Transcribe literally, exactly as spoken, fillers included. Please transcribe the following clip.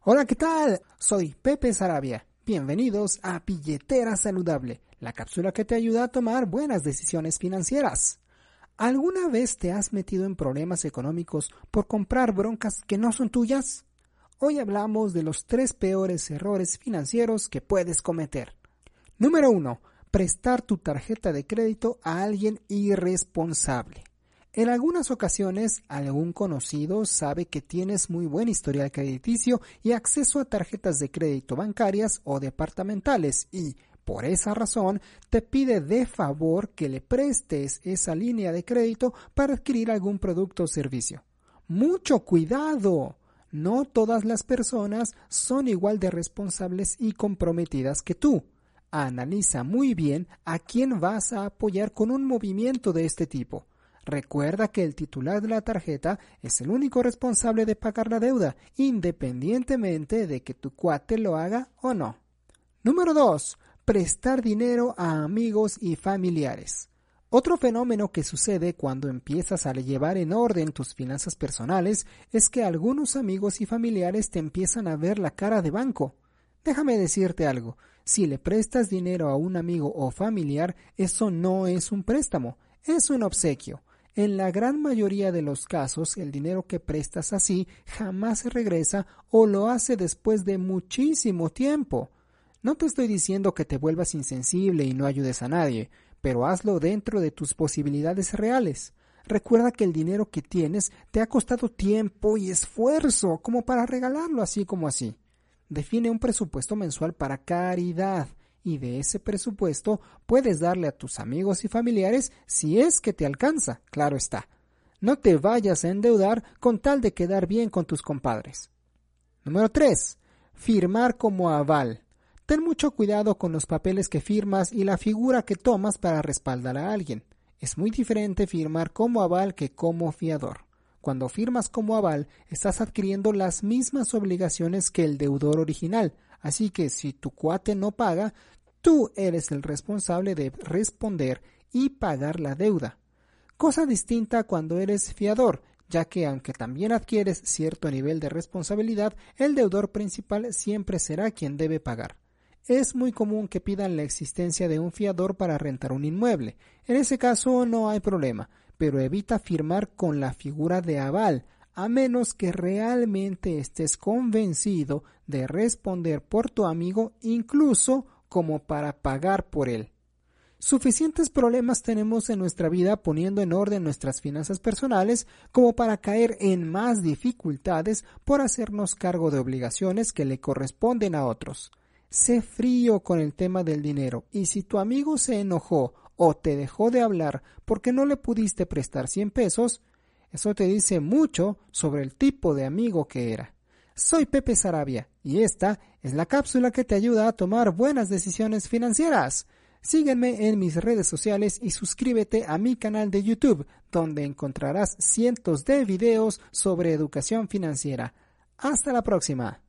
Hola, ¿qué tal? Soy Pepe Sarabia. Bienvenidos a Billetera Saludable, la cápsula que te ayuda a tomar buenas decisiones financieras. ¿Alguna vez te has metido en problemas económicos por comprar broncas que no son tuyas? Hoy hablamos de los tres peores errores financieros que puedes cometer. Número uno. Prestar tu tarjeta de crédito a alguien irresponsable. En algunas ocasiones, algún conocido sabe que tienes muy buen historial crediticio y acceso a tarjetas de crédito bancarias o departamentales y, por esa razón, te pide de favor que le prestes esa línea de crédito para adquirir algún producto o servicio. ¡Mucho cuidado! No todas las personas son igual de responsables y comprometidas que tú. Analiza muy bien a quién vas a apoyar con un movimiento de este tipo. Recuerda que el titular de la tarjeta es el único responsable de pagar la deuda, independientemente de que tu cuate lo haga o no. Número dos. Prestar dinero a amigos y familiares. Otro fenómeno que sucede cuando empiezas a llevar en orden tus finanzas personales es que algunos amigos y familiares te empiezan a ver la cara de banco. Déjame decirte algo, si le prestas dinero a un amigo o familiar, eso no es un préstamo, es un obsequio. En la gran mayoría de los casos, el dinero que prestas así jamás se regresa o lo hace después de muchísimo tiempo. No te estoy diciendo que te vuelvas insensible y no ayudes a nadie, pero hazlo dentro de tus posibilidades reales. Recuerda que el dinero que tienes te ha costado tiempo y esfuerzo como para regalarlo así como así. Define un presupuesto mensual para caridad. Y de ese presupuesto puedes darle a tus amigos y familiares si es que te alcanza, claro está. No te vayas a endeudar con tal de quedar bien con tus compadres. Número tres. Firmar como aval. Ten mucho cuidado con los papeles que firmas y la figura que tomas para respaldar a alguien. Es muy diferente firmar como aval que como fiador. Cuando firmas como aval, estás adquiriendo las mismas obligaciones que el deudor original. Así que si tu cuate no paga, tú eres el responsable de responder y pagar la deuda. Cosa distinta cuando eres fiador, ya que aunque también adquieres cierto nivel de responsabilidad, el deudor principal siempre será quien debe pagar. Es muy común que pidan la existencia de un fiador para rentar un inmueble. En ese caso no hay problema, pero evita firmar con la figura de aval, a menos que realmente estés convencido de responder por tu amigo, incluso como para pagar por él. Suficientes problemas tenemos en nuestra vida poniendo en orden nuestras finanzas personales como para caer en más dificultades por hacernos cargo de obligaciones que le corresponden a otros. Sé frío con el tema del dinero y si tu amigo se enojó o te dejó de hablar porque no le pudiste prestar cien pesos, eso te dice mucho sobre el tipo de amigo que era. Soy Pepe Sarabia y esta es la cápsula que te ayuda a tomar buenas decisiones financieras. Sígueme en mis redes sociales y suscríbete a mi canal de YouTube, donde encontrarás cientos de videos sobre educación financiera. Hasta la próxima.